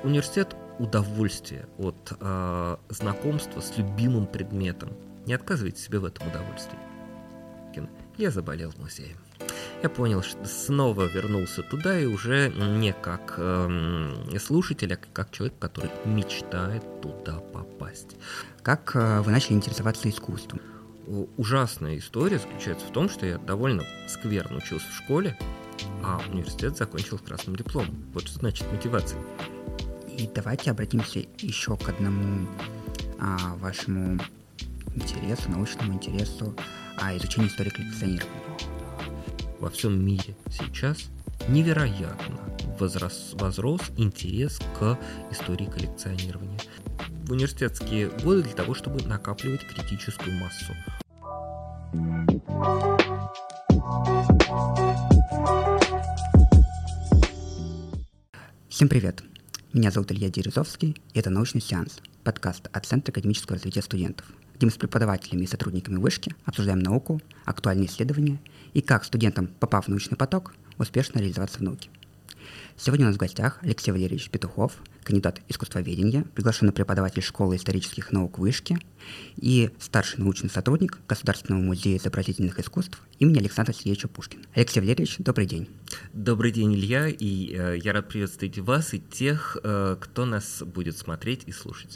Университет – удовольствие от знакомства с любимым предметом. Не отказывайте себе в этом удовольствии. Я заболел в музее. Я понял, что снова вернулся туда, и уже не как слушатель, а как человек, который мечтает туда попасть. Как вы начали интересоваться искусством? Ужасная история заключается в том, что я довольно скверно учился в школе, а университет закончил с красным дипломом. Вот что значит мотивация. И давайте обратимся еще к одному вашему интересу, научному интересу, изучению истории коллекционирования. Во всем мире сейчас невероятно возрос интерес к истории коллекционирования. В университетские годы для того, чтобы накапливать критическую массу. Всем привет! Меня зовут Илья Дерезовский, и это «Научный сеанс», подкаст от Центра академического развития студентов, где мы с преподавателями и сотрудниками вышки обсуждаем науку, актуальные исследования и как студентам, попав в научный поток, успешно реализоваться в науке. Сегодня у нас в гостях Алексей Валерьевич Петухов, кандидат искусствоведения, приглашенный преподаватель Школы исторических наук вышки и старший научный сотрудник Государственного музея изобразительных искусств имени Александра Сергеевича Пушкина. Алексей Валерьевич, добрый день. Добрый день, Илья, и я рад приветствовать вас и тех, кто нас будет смотреть и слушать.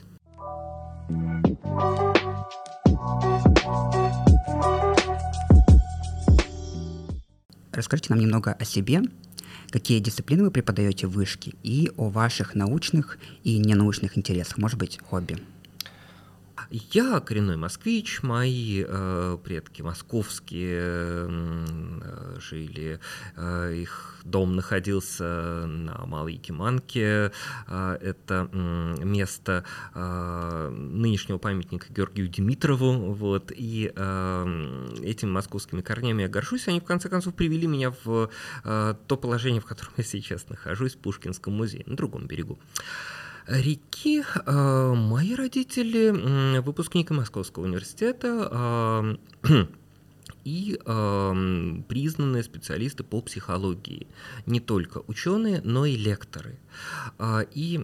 Расскажите нам немного о себе, какие дисциплины вы преподаете в вышке и о ваших научных и ненаучных интересах, может быть, хобби. Я коренной москвич, мои предки московские жили, их дом находился на Малой Якиманке, это место нынешнего памятника Георгию Димитрову, вот, и этими московскими корнями я горжусь, они в конце концов привели меня в то положение, в котором я сейчас нахожусь, в Пушкинском музее, на другом берегу реки. Мои родители выпускники Московского университета и признанные специалисты по психологии. Не только ученые, но и лекторы. И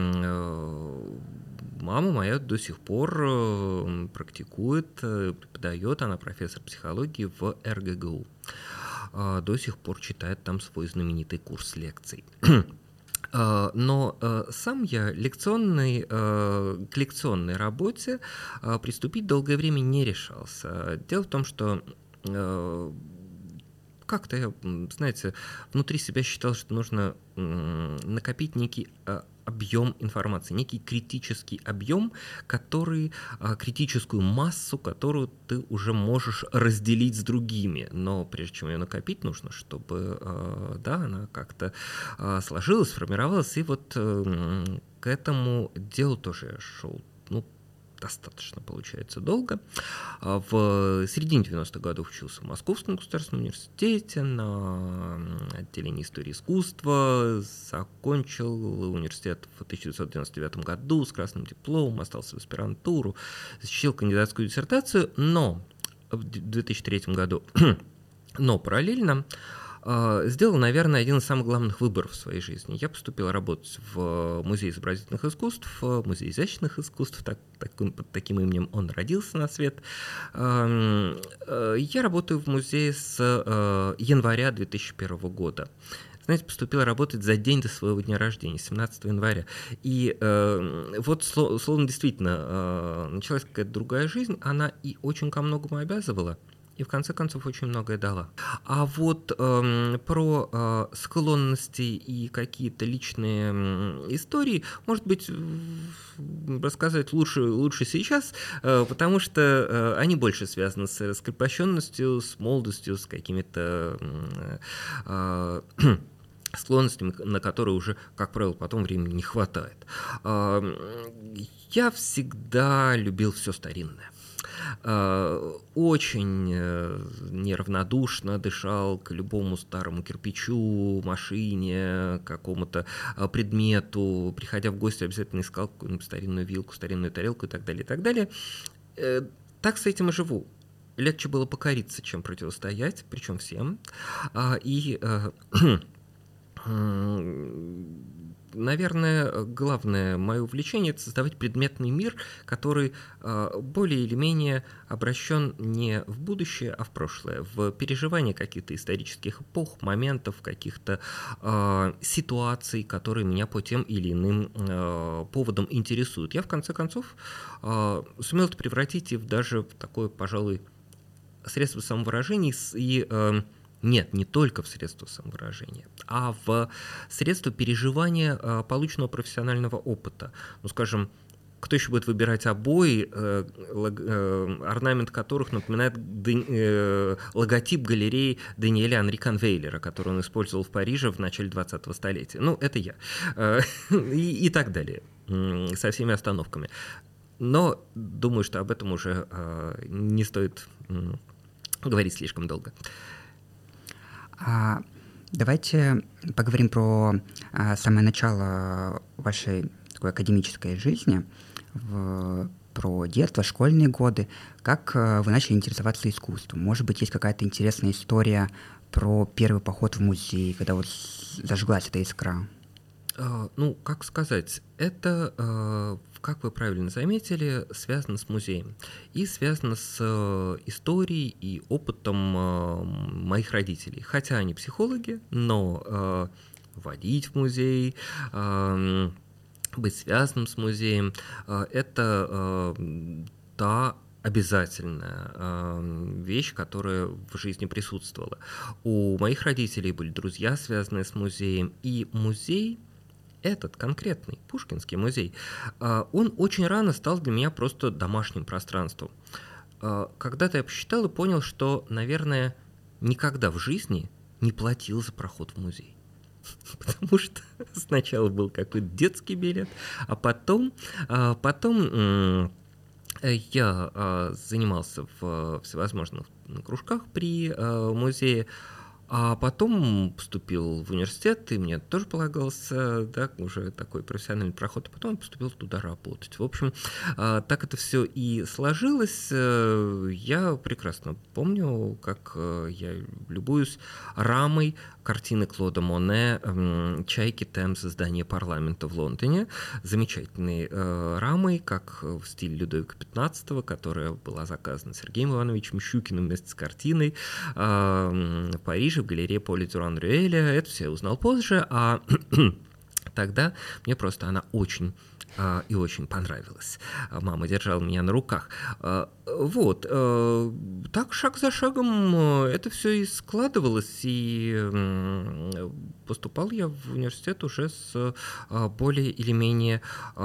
мама моя до сих пор практикует, преподает, она профессор психологии в РГГУ. До сих пор читает там свой знаменитый курс лекций. Но сам я к лекционной работе приступить долгое время не решался. Дело в том, что как-то я, знаете, внутри себя считал, что нужно накопить некий объем информации, некий критический объем, критическую массу, которую ты уже можешь разделить с другими. Но прежде чем ее накопить, нужно, чтобы она как-то сложилась, сформировалась. И вот к этому делу тоже я шел достаточно, получается, долго. В середине 90-х годов учился в Московском государственном университете на отделении истории искусства, закончил университет в 1999 году с красным дипломом, остался в аспирантуру, защитил кандидатскую диссертацию, но в 2003 году, но параллельно сделал, наверное, один из самых главных выборов в своей жизни. Я поступил работать в Музей изобразительных искусств, Музей изящных искусств, под таким именем он родился на свет. Я работаю в музее с января 2001 года. Знаете, поступил работать за день до своего дня рождения, 17 января. И вот, словно действительно, началась какая-то другая жизнь, она и очень ко многому обязывала, и в конце концов очень многое дала. А вот про склонности и какие-то личные истории, может быть, рассказать лучше сейчас, потому что они больше связаны с раскрепощенностью, с молодостью, с какими-то склонностями, на которые уже, как правило, потом времени не хватает. Я всегда любил все старинное. Очень неравнодушно дышал к любому старому кирпичу, машине, какому-то предмету. Приходя в гости, обязательно искал какую-нибудь старинную вилку, старинную тарелку и так далее, и так далее. Так с этим и живу. Легче было покориться, чем противостоять, причем всем. наверное, главное мое увлечение — это создавать предметный мир, который более или менее обращен не в будущее, а в прошлое, в переживание каких-то исторических эпох, моментов, каких-то ситуаций, которые меня по тем или иным поводам интересуют. Я, в конце концов, сумел это превратить и даже в такое, пожалуй, средство самовыражения и нет, не только в средства самовыражения, а в средства переживания полученного профессионального опыта. Ну, скажем, кто еще будет выбирать обои, орнамент которых напоминает логотип галереи Даниэля Анри Канвейлера, который он использовал в Париже в начале 20-го столетия. Ну, это я. И так далее, со всеми остановками. Но думаю, что об этом уже не стоит говорить слишком долго. Давайте поговорим про самое начало вашей такой академической жизни, про детство, школьные годы. Как вы начали интересоваться искусством? Может быть, есть какая-то интересная история про первый поход в музей, когда вот зажглась эта искра? Ну, как сказать, это, как вы правильно заметили, связано с музеем и связано с историей и опытом моих родителей. Хотя они психологи, но водить в музей, быть связанным с музеем — это та обязательная вещь, которая в жизни присутствовала. У моих родителей были друзья, связанные с музеем, и музей, этот конкретный Пушкинский музей, он очень рано стал для меня просто домашним пространством. Когда-то я посчитал и понял, что, наверное, никогда в жизни не платил за проход в музей. Потому что сначала был какой-то детский билет, а потом я занимался в всевозможных кружках при музее, а потом поступил в университет, и мне тоже полагался, да, уже такой профессиональный проход, а потом поступил туда работать. В общем, так это все и сложилось. Я прекрасно помню, как я любуюсь рамой картины Клода Моне «Чайки Темзы. Здание парламента» в Лондоне. Замечательной рамой, как в стиле Людовика XV, которая была заказана Сергеем Ивановичем Щукиным вместе с картиной в Париже, в галерее Поля Дюран-Рюэля. Это все я узнал позже, а тогда мне просто она очень и очень понравилась. Мама держала меня на руках. Вот. Так шаг за шагом это все и складывалось, и поступал я в университет уже с более или менее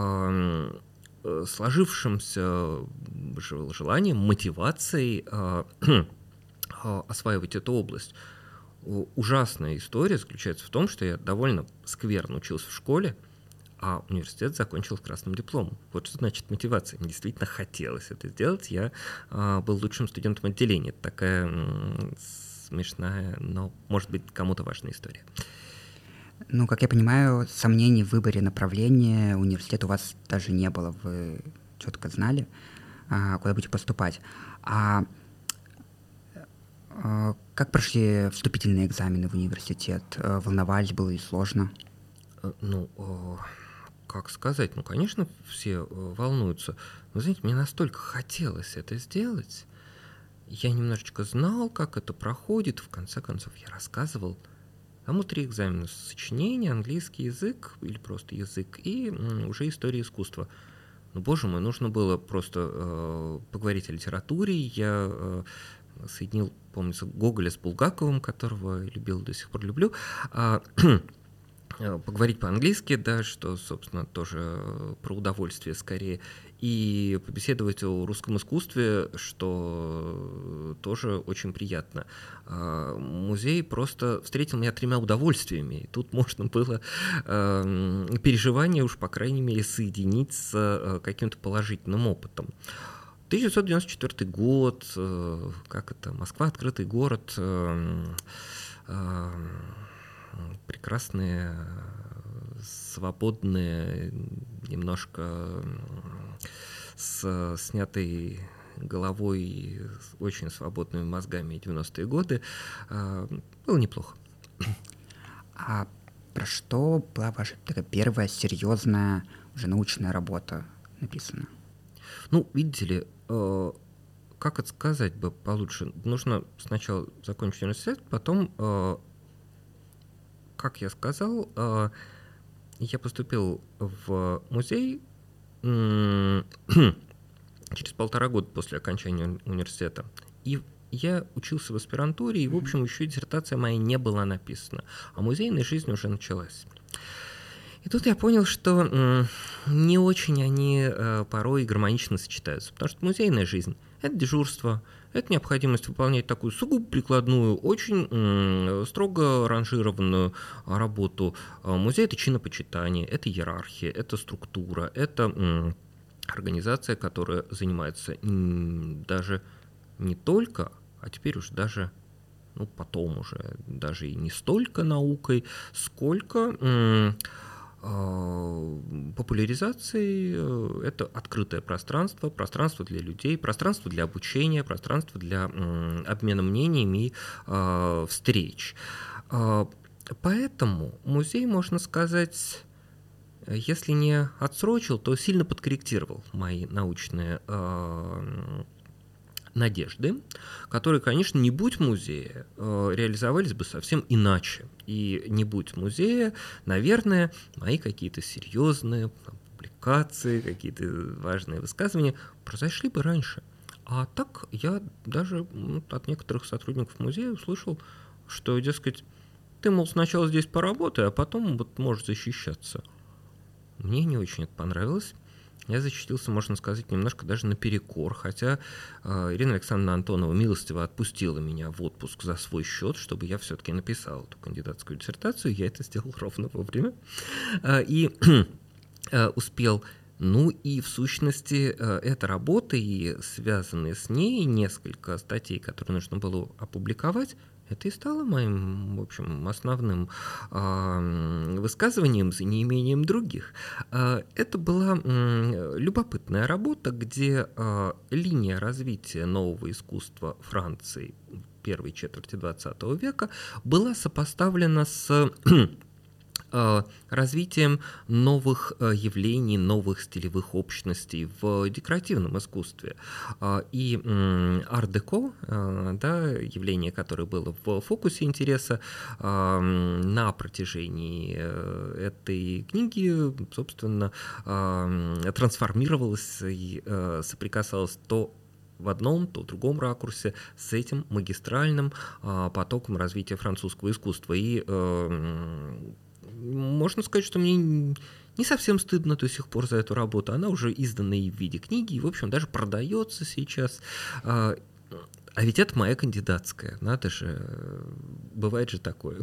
сложившимся желанием, мотивацией осваивать эту область. Ужасная история заключается в том, что я довольно скверно учился в школе, а университет закончил с красным дипломом. Вот что значит мотивация. Мне действительно хотелось это сделать. Я был лучшим студентом отделения. Это такая смешная, но, может быть, кому-то важная история. Ну, как я понимаю, сомнений в выборе направления университета у вас даже не было. Вы четко знали, куда будете поступать. Как прошли вступительные экзамены в университет? Волновались, было ли сложно? Ну, как сказать? Ну, конечно, все волнуются. Но, знаете, мне настолько хотелось это сделать. Я немножечко знал, как это проходит. В конце концов, я рассказывал. Там 3 экзамена: сочинение, английский язык или просто язык, и уже история искусства. Ну, боже мой, нужно было просто поговорить о литературе. Я соединил, помнится, Гоголя с Булгаковым, которого любил, до сих пор люблю, поговорить по-английски, да, что, собственно, тоже про удовольствие скорее, и побеседовать о русском искусстве, что тоже очень приятно. Музей просто встретил меня 3 удовольствиями, и тут можно было переживания уж, по крайней мере, соединить с каким-то положительным опытом. 1994 год, Москва — открытый город, прекрасные, свободные, немножко с снятой головой, с очень свободными мозгами 90-е годы. Было неплохо. А про что была ваша такая первая серьезная уже научная работа написана? Ну, видите ли, как это сказать бы получше? Нужно сначала закончить университет, потом, как я сказал, я поступил в музей через 1,5 года после окончания университета. И я учился в аспирантуре, и, в общем, еще диссертация моя не была написана, а музейная жизнь уже началась. И тут я понял, что не очень они порой гармонично сочетаются, потому что музейная жизнь – это дежурство, это необходимость выполнять такую сугубо прикладную, очень строго ранжированную работу. Музей – это чинопочитание, это иерархия, это структура, это организация, которая занимается даже не только, а теперь уж даже, ну, потом уже даже и не столько наукой, сколько популяризацией. Это открытое пространство, пространство для людей, пространство для обучения, пространство для обмена мнениями и встреч. Поэтому музей, можно сказать, если не отсрочил, то сильно подкорректировал мои научные надежды, которые, конечно, не будь музея, реализовались бы совсем иначе. И не будь музея, наверное, мои какие-то серьезные публикации, какие-то важные высказывания произошли бы раньше. А так я даже от некоторых сотрудников музея услышал, что, дескать, ты, мол, сначала здесь поработай, а потом вот можешь защищаться. Мне не очень это понравилось. Я защитился, можно сказать, немножко даже наперекор, хотя Ирина Александровна Антонова милостиво отпустила меня в отпуск за свой счет, чтобы я все-таки написал эту кандидатскую диссертацию. Я это сделал ровно вовремя и успел. Ну и в сущности эта работа и связанные с ней несколько статей, которые нужно было опубликовать, это и стало моим, в общем, основным высказыванием за неимением других. Это была любопытная работа, где линия развития нового искусства Франции первой четверти XX века была сопоставлена с развитием новых явлений, новых стилевых общностей в декоративном искусстве. И ар-деко, да, явление, которое было в фокусе интереса на протяжении этой книги, собственно, трансформировалось и соприкасалось то в одном, то в другом ракурсе с этим магистральным потоком развития французского искусства. И можно сказать, что мне не совсем стыдно до сих пор за эту работу. Она уже издана и в виде книги, и, в общем, даже продается сейчас. А ведь это моя кандидатская. Надо же, бывает же такое.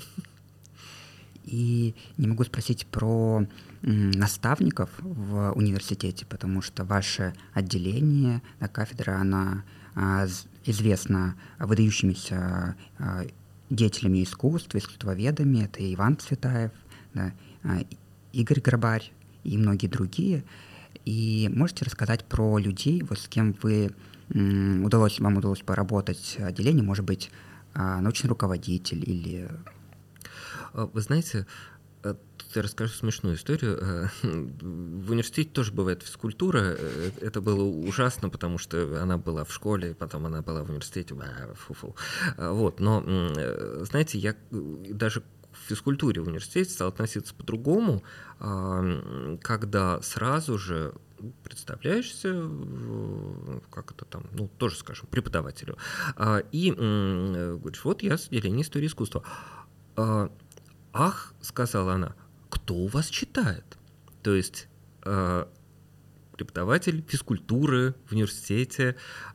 И не могу спросить про наставников в университете, потому что ваше отделение, кафедра, она известна выдающимися деятелями искусства, искусствоведами. Это Иван Цветаев, да, Игорь Грабарь и многие другие. И можете рассказать про людей, вот с кем вам удалось поработать в отделении, может быть, научный руководитель или... Вы знаете, тут я расскажу смешную историю. В университете тоже бывает физкультура. Это было ужасно, потому что она была в школе, потом она была в университете. Фу-фу. Вот. Но, знаете, я даже в физкультуре в университете стал относиться по-другому, когда сразу же представляешься, как это там, ну, тоже, скажем, преподавателю, и говоришь, вот я с отделения истории искусства. «Ах», — сказала она, — «кто у вас читает?» То есть преподаватель физкультуры в университете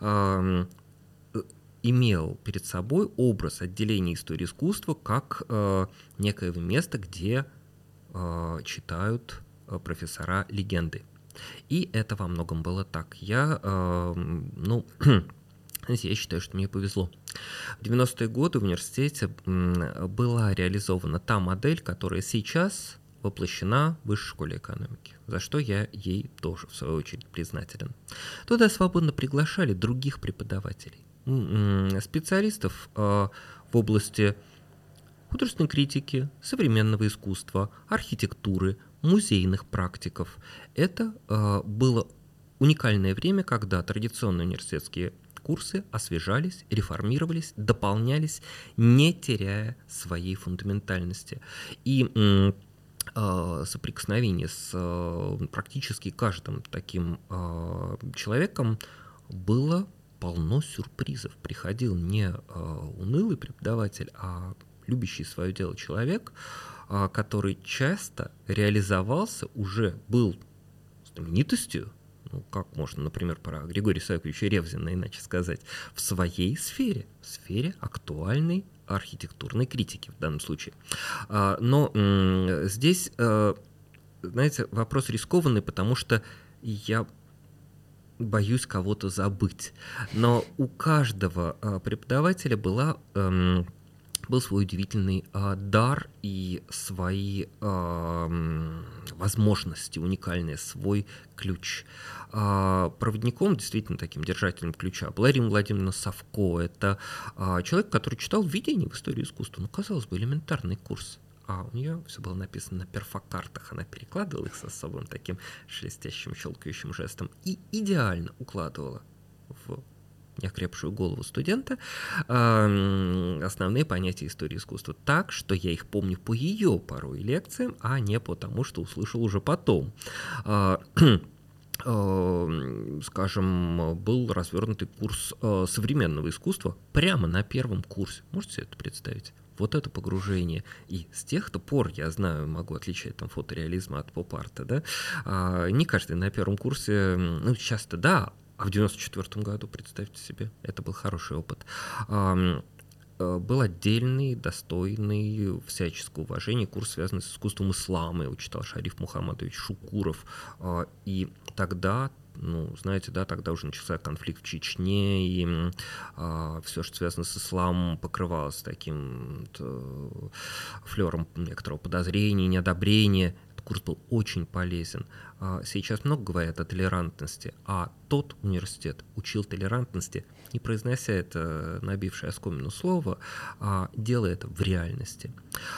имел перед собой образ отделения истории искусства как некоего места, где читают профессора легенды. И это во многом было так. Знаете, я считаю, что мне повезло. В 90-е годы в университете была реализована та модель, которая сейчас воплощена в Высшей школе экономики, за что я ей тоже, в свою очередь, признателен. Туда свободно приглашали других преподавателей, специалистов в области художественной критики, современного искусства, архитектуры, музейных практиков. Это было уникальное время, когда традиционные университетские курсы освежались, реформировались, дополнялись, не теряя своей фундаментальности. И соприкосновение с практически каждым таким человеком было полно сюрпризов. Приходил не унылый преподаватель, а любящий свое дело человек, который часто реализовался, уже был знаменитостью, ну, как можно, например, про Григория Исааковича Ревзина, иначе сказать, в своей сфере, в сфере актуальной архитектурной критики в данном случае. Но здесь, знаете, вопрос рискованный, потому что я боюсь кого-то забыть. Но у каждого преподавателя был свой удивительный дар и свои возможности уникальные, свой ключ. Проводником, действительно таким держателем ключа, была Римма Владимировна Савко. Это человек, который читал введение в историю искусства. Ну, казалось бы, элементарный курс. А у нее все было написано на перфокартах. Она перекладывала их с особым таким шелестящим, щелкающим жестом и идеально укладывала в неокрепшую голову студента основные понятия истории искусства так, что я их помню по ее порой лекциям, а не по тому, что услышал уже потом. Скажем, был развернутый курс современного искусства прямо на первом курсе. Можете себе это представить? Вот это погружение. И с тех-то пор, я знаю, могу отличать там фотореализм от поп-арта, да? Не каждый на первом курсе, ну, часто да, а в 94-м году, представьте себе, это был хороший опыт. Был отдельный, достойный всяческого уважения курс, связанный с искусством ислама. Его читал Шариф Мухаммадович Шукуров. И тогда, ну, знаете, да, тогда уже начался конфликт в Чечне, и все, что связано с исламом, покрывалось таким флером некоторого подозрения, неодобрения. Курс был очень полезен. Сейчас много говорят о толерантности, а тот университет учил толерантности, не произнося это набившее оскомину слово, а делая это в реальности.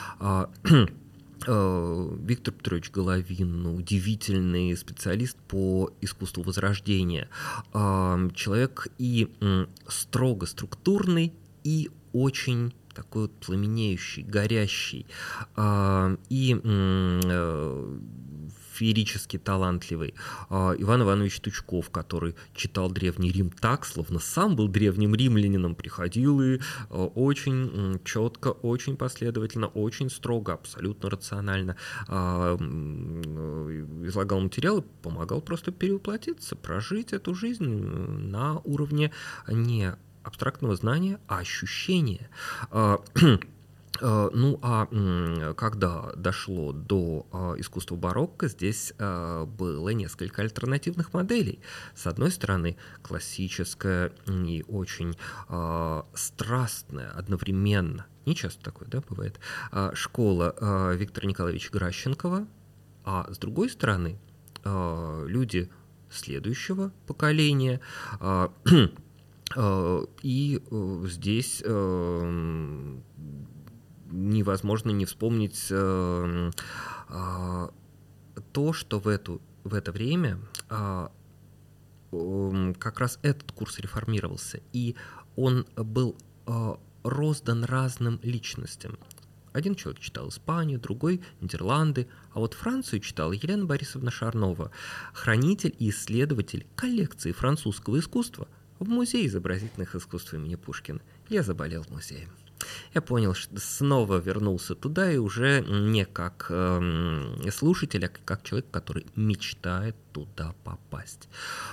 Виктор Петрович Головин, удивительный специалист по искусству Возрождения. Человек и строго структурный, и очень такой вот пламенеющий, горящий и феерически талантливый Иван Иванович Тучков, который читал Древний Рим так, словно сам был древним римлянином, приходил и очень четко, очень последовательно, очень строго, абсолютно рационально излагал материалы, помогал просто перевоплотиться, прожить эту жизнь на уровне не абстрактного знания, а ощущения. Ну, когда дошло до искусства барокко, здесь было несколько альтернативных моделей. С одной стороны, классическая и очень страстная одновременно, не часто такое, да, бывает, школа Виктора Николаевича Гращенкова, а с другой стороны, люди следующего поколения. И здесь невозможно не вспомнить то, что в это время как раз этот курс реформировался, и он был роздан разным личностям. Один человек читал Испанию, другой — Нидерланды, а вот Францию читала Елена Борисовна Шарнова, хранитель и исследователь коллекции французского искусства в Музее изобразительных искусств имени Пушкина. Я заболел музеем. Я понял, что снова вернулся туда, и уже не как слушатель, а как человек, который мечтает туда попасть.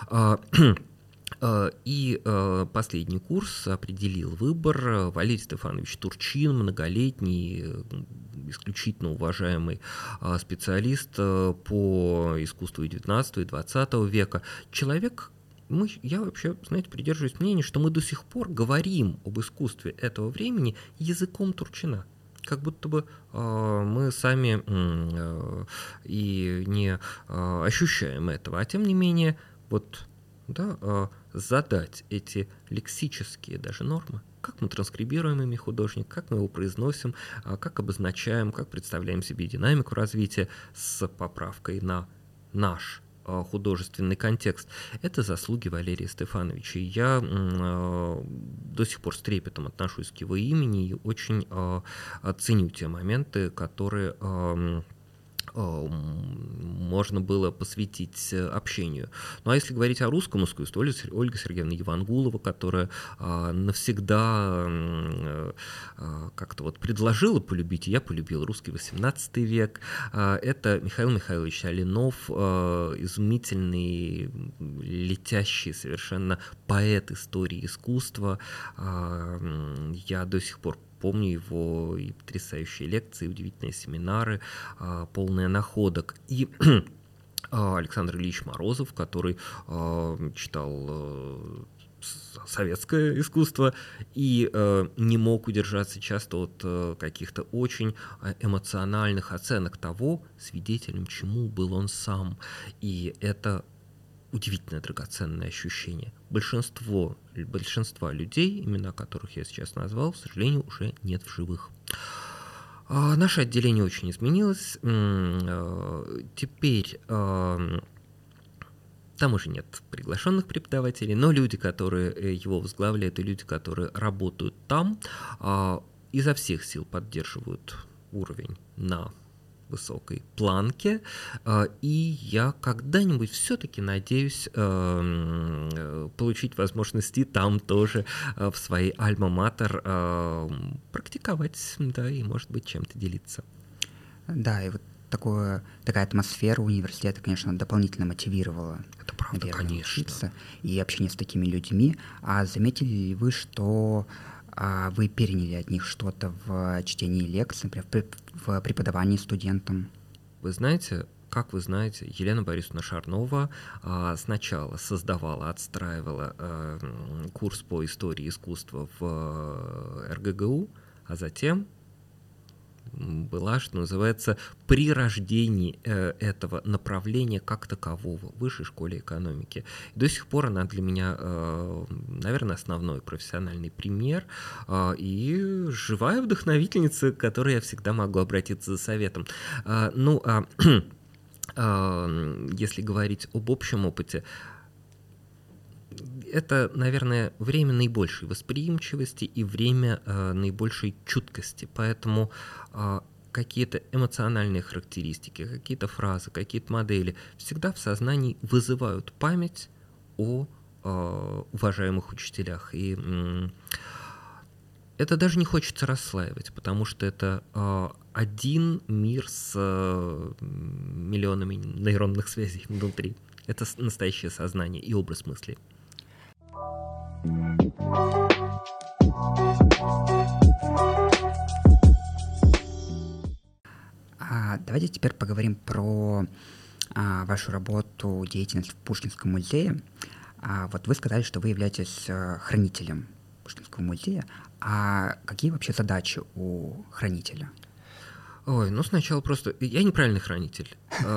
И последний курс определил выбор. Валерий Стефанович Турчин, многолетний, исключительно уважаемый специалист по искусству XIX и XX века. Человек, я вообще, знаете, придерживаюсь мнения, что мы до сих пор говорим об искусстве этого времени языком Турчина. Как будто бы мы сами и не ощущаем этого. А тем не менее, вот да, задать эти лексические даже нормы, как мы транскрибируем имя художника, как мы его произносим, как обозначаем, как представляем себе динамику развития с поправкой на наш художественный контекст. Это заслуги Валерия Стефановича. И я до сих пор с трепетом отношусь к его имени и очень ценю те моменты, которые можно было посвятить общению. Ну а если говорить о русском искусстве, Ольга Сергеевна Евангулова, которая навсегда как-то вот предложила полюбить, и я полюбил русский XVIII век. Это Михаил Михайлович Алинов, изумительный, летящий совершенно поэт истории искусства. Я до сих пор помню его и потрясающие лекции, удивительные семинары, полные находок. И Александр Ильич Морозов, который читал советское искусство и не мог удержаться часто от каких-то очень эмоциональных оценок того, свидетелем чему был он сам. И это удивительное драгоценное ощущение. Большинства людей, имена которых я сейчас назвал, к сожалению, уже нет в живых. Наше отделение очень изменилось. Теперь там уже нет приглашенных преподавателей, но люди, которые его возглавляют, и люди, которые работают там, изо всех сил поддерживают уровень на высокой планке, и я когда-нибудь все-таки надеюсь получить возможности там тоже в своей альма-матер практиковать, да, и, может быть, чем-то делиться. Да, и вот такая атмосфера университета, конечно, дополнительно мотивировала. Это правда, наверное, конечно. Учиться и общение с такими людьми. А заметили ли вы, что вы переняли от них что-то в чтении лекций, например, в преподавании студентам? Вы знаете, как вы знаете, Елена Борисовна Шарнова сначала создавала, отстраивала курс по истории искусства в РГГУ, а затем была, что называется, при рождении этого направления как такового в Высшей школе экономики. И до сих пор она для меня, наверное, основной профессиональный пример и живая вдохновительница, к которой я всегда могу обратиться за советом. Если говорить об общем опыте, это, наверное, время наибольшей восприимчивости и время наибольшей чуткости. Поэтому какие-то эмоциональные характеристики, какие-то фразы, какие-то модели всегда в сознании вызывают память о уважаемых учителях. И это даже не хочется расслаивать, потому что это один мир с миллионами нейронных связей внутри. Это настоящее сознание и образ мысли. Давайте теперь поговорим про вашу работу, деятельность в Пушкинском музее. Вот вы сказали, что вы являетесь хранителем Пушкинского музея. А какие вообще задачи у хранителя? Ой, ну сначала просто... Я неправильный хранитель.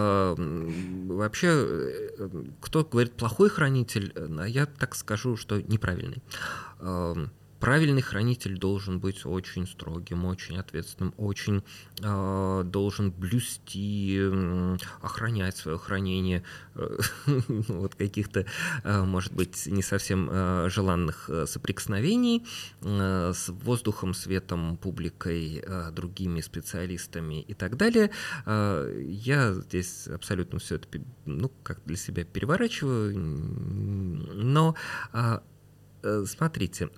Вообще, кто говорит плохой хранитель, я так скажу, что неправильный. Правильный хранитель должен быть очень строгим, очень ответственным, очень должен блюсти, охранять свое хранение вот каких-то, может быть, не совсем желанных соприкосновений с воздухом, светом, публикой, другими специалистами и так далее. Я здесь абсолютно все это, как для себя переворачиваю, но смотрите,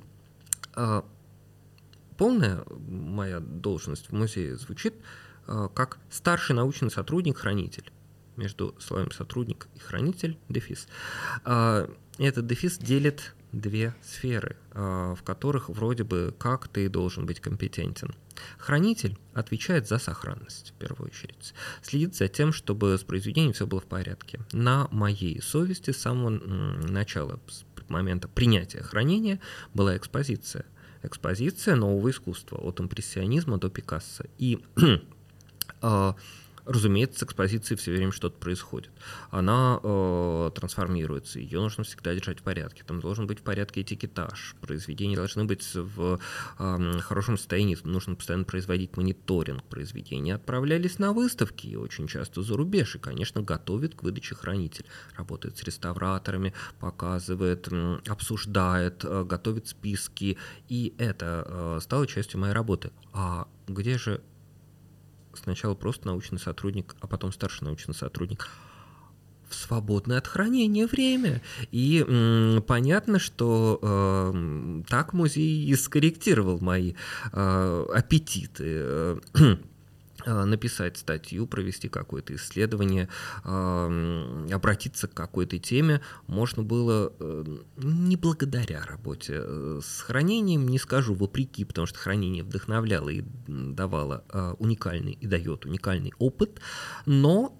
полная моя должность в музее звучит как старший научный сотрудник-хранитель. Между словами сотрудник и хранитель дефис. Этот дефис делит две сферы, в которых вроде бы как ты должен быть компетентен. Хранитель отвечает за сохранность, в первую очередь. Следит за тем, чтобы с произведением все было в порядке. На моей совести с самого начала, с момента принятия хранения, была экспозиция. Экспозиция нового искусства, от импрессионизма до Пикассо. И разумеется, с экспозицией все время что-то происходит. Она трансформируется, ее нужно всегда держать в порядке. Там должен быть в порядке этикетаж, произведения должны быть в хорошем состоянии, нужно постоянно производить мониторинг. Произведения отправлялись на выставки, и очень часто за рубеж, и, конечно, готовит к выдаче хранитель. Работает с реставраторами, показывает, обсуждает, готовит списки, и это стало частью моей работы. А где же сначала просто научный сотрудник, а потом старший научный сотрудник? В свободное от хранения время. И понятно, что так музей и скорректировал мои аппетиты. Написать статью, провести какое-то исследование, обратиться к какой-то теме можно было не благодаря работе с хранением, не скажу вопреки, потому что хранение вдохновляло и давало уникальный и дает уникальный опыт, но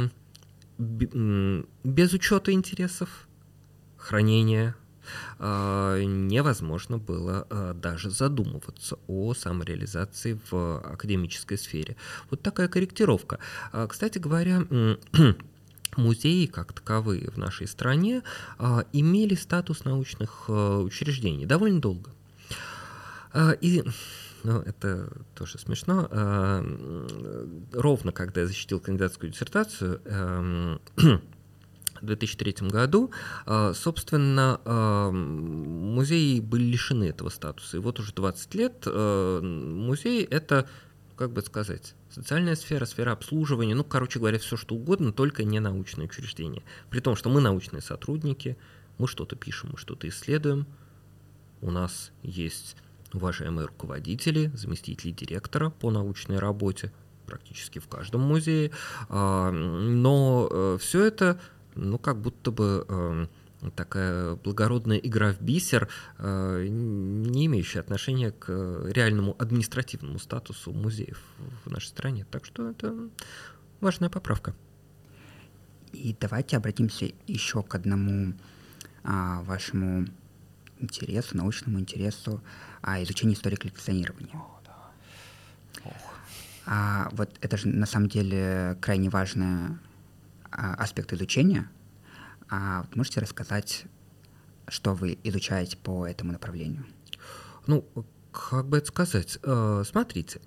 без учета интересов хранения невозможно было даже задумываться о самореализации в академической сфере. Вот такая корректировка. Кстати говоря, музеи, как таковые в нашей стране, имели статус научных учреждений довольно долго. И это тоже смешно. Ровно когда я защитил кандидатскую диссертацию, в 2003 году, собственно, музеи были лишены этого статуса. И вот уже 20 лет музей — это, как бы сказать, социальная сфера, сфера обслуживания, короче говоря, все что угодно, только не научное учреждение. При том, что мы научные сотрудники, мы что-то пишем, мы что-то исследуем, у нас есть уважаемые руководители, заместители директора по научной работе, практически в каждом музее, но все это как будто бы такая благородная игра в бисер, не имеющая отношения к реальному административному статусу музеев в нашей стране. Так что это важная поправка. И давайте обратимся еще к одному вашему интересу, научному интересу, изучению истории коллекционирования. Вот это же на самом деле крайне важный аспект изучения. Можете рассказать, что вы изучаете по этому направлению? Как бы это сказать? Смотрите,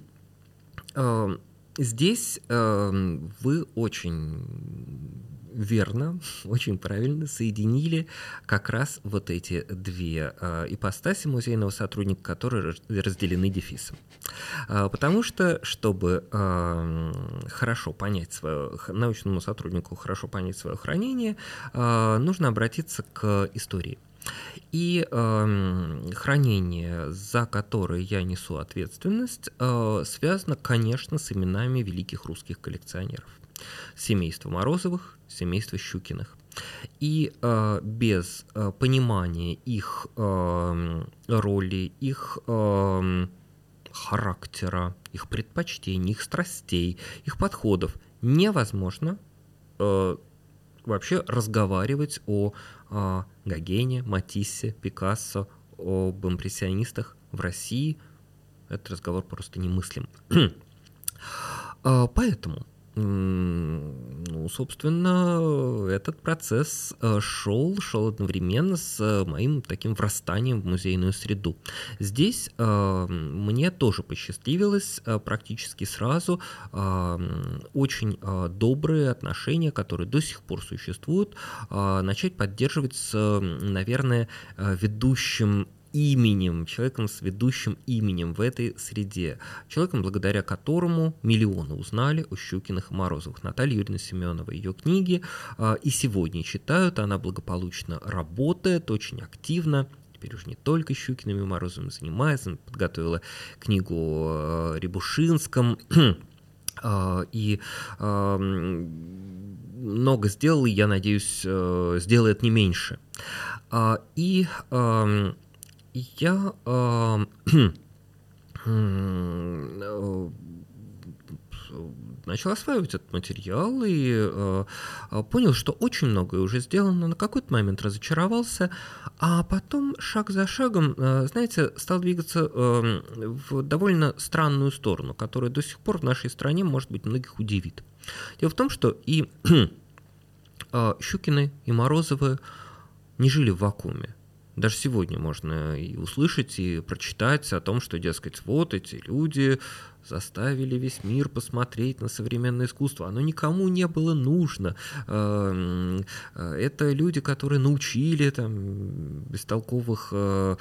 здесь вы очень верно, очень правильно соединили как раз вот эти две ипостаси музейного сотрудника, которые разделены дефисом. Потому что, чтобы хорошо понять научному сотруднику хорошо понять свое хранение, нужно обратиться к истории. И хранение, за которое я несу ответственность, связано, конечно, с именами великих русских коллекционеров. Семейство Морозовых, семейство Щукиных. И без понимания их роли, их характера, их предпочтений, их страстей, их подходов невозможно вообще разговаривать о Гогене, Матиссе, Пикассо, об импрессионистах в России. Этот разговор просто немыслим. Поэтому, собственно, этот процесс шел одновременно с моим таким врастанием в музейную среду. Здесь мне тоже посчастливилось практически сразу очень добрые отношения, которые до сих пор существуют, начать поддерживать с, наверное, ведущим именем, человеком с ведущим именем в этой среде, человеком, благодаря которому миллионы узнали о Щукиных и Морозовых. Наталья Юрьевна Семенова, ее книги и сегодня читают, она благополучно работает, очень активно, теперь уже не только Щукиными и Морозовыми занимается, она подготовила книгу о Рябушинском, и много сделала, и, я надеюсь, сделает не меньше. И я начал осваивать этот материал и понял, что очень многое уже сделано, на какой-то момент разочаровался, а потом шаг за шагом, знаете, стал двигаться в довольно странную сторону, которая до сих пор в нашей стране, может быть, многих удивит. Дело в том, что и Щукины, и Морозовы не жили в вакууме. Даже сегодня можно и услышать, и прочитать о том, что, дескать, вот эти люди заставили весь мир посмотреть на современное искусство. Оно никому не было нужно. Это люди, которые научили там, бестолковых